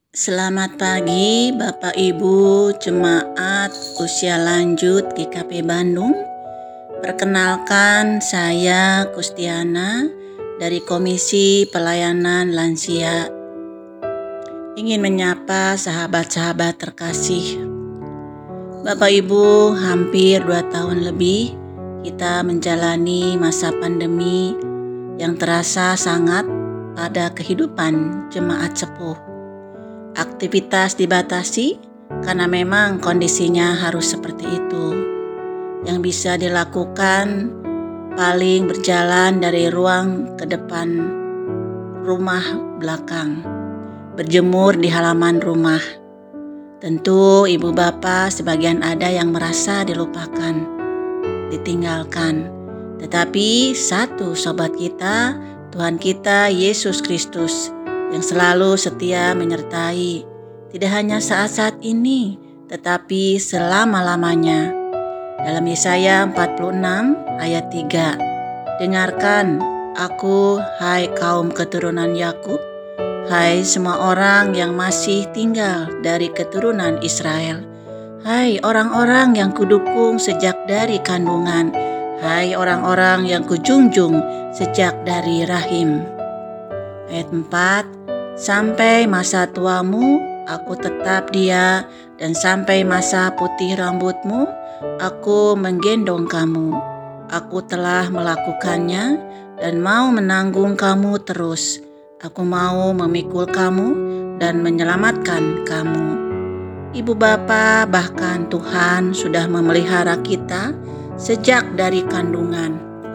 Selamat pagi Bapak Ibu Jemaat Usia Lanjut GKP Bandung. Perkenalkan, saya Kustiana dari Komisi Pelayanan Lansia. Ingin menyapa sahabat-sahabat terkasih. Bapak Ibu, hampir 2 tahun lebih kita menjalani masa pandemi yang terasa sangat pada kehidupan jemaat sepuh. Aktivitas dibatasi karena memang kondisinya harus seperti itu. Yang bisa dilakukan paling berjalan dari ruang ke depan rumah belakang, berjemur di halaman rumah. Tentu ibu bapak sebagian ada yang merasa dilupakan, ditinggalkan. Tetapi satu sobat kita, Tuhan kita Yesus Kristus, yang selalu setia menyertai, tidak hanya saat-saat ini, tetapi selama-lamanya. Dalam Yesaya 46 ayat 3, dengarkan aku, hai kaum keturunan Yakub, hai semua orang yang masih tinggal dari keturunan Israel, hai orang-orang yang kudukung sejak dari kandungan, hai orang-orang yang kujunjung sejak dari rahim. Ayat 4, sampai masa tuamu aku tetap dia, dan sampai masa putih rambutmu aku menggendong kamu. Aku telah melakukannya dan mau menanggung kamu terus. Aku mau memikul kamu dan menyelamatkan kamu. Ibu bapa, bahkan Tuhan sudah memelihara kita sejak dari kandungan.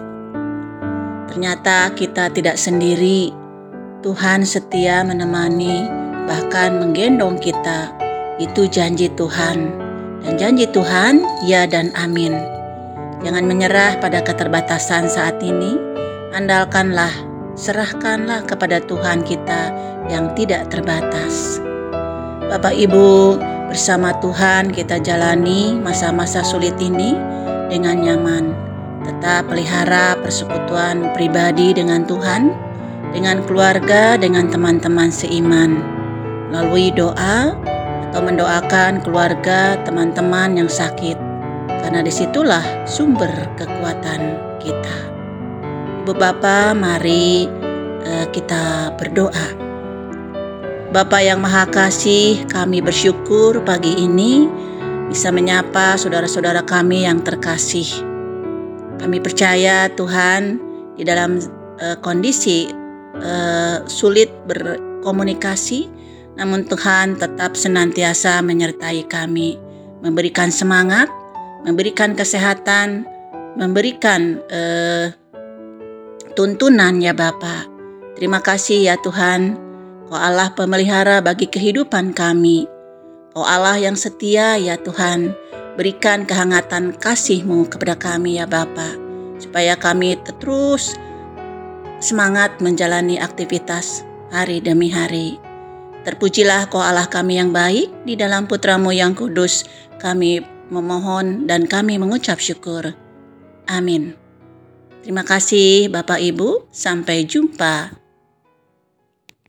Ternyata kita tidak sendiri. Tuhan setia menemani, bahkan menggendong kita. Itu janji Tuhan. Dan janji Tuhan, ya dan amin. Jangan menyerah pada keterbatasan saat ini. Andalkanlah, serahkanlah kepada Tuhan kita yang tidak terbatas. Bapak Ibu, bersama Tuhan kita jalani masa-masa sulit ini dengan nyaman. Tetap pelihara persekutuan pribadi dengan Tuhan, dengan keluarga, dengan teman-teman seiman, melalui doa atau mendoakan keluarga, teman-teman yang sakit, karena disitulah sumber kekuatan kita. Ibu Bapa, mari kita berdoa. Bapa yang Maha Kasih, kami bersyukur pagi ini bisa menyapa saudara-saudara kami yang terkasih. Kami percaya Tuhan di dalam kondisi sulit berkomunikasi, namun Tuhan tetap senantiasa menyertai kami, memberikan semangat, memberikan kesehatan, memberikan tuntunan ya Bapa. Terima kasih ya Tuhan, Kau Allah pemelihara bagi kehidupan kami. Kau Allah yang setia ya Tuhan, berikan kehangatan kasih-Mu kepada kami ya Bapa, supaya kami terus semangat menjalani aktivitas hari demi hari. Terpujilah Kau Allah kami yang baik, di dalam Putra-Mu yang kudus kami memohon dan kami mengucap syukur. Amin. Terima kasih Bapak Ibu, sampai jumpa.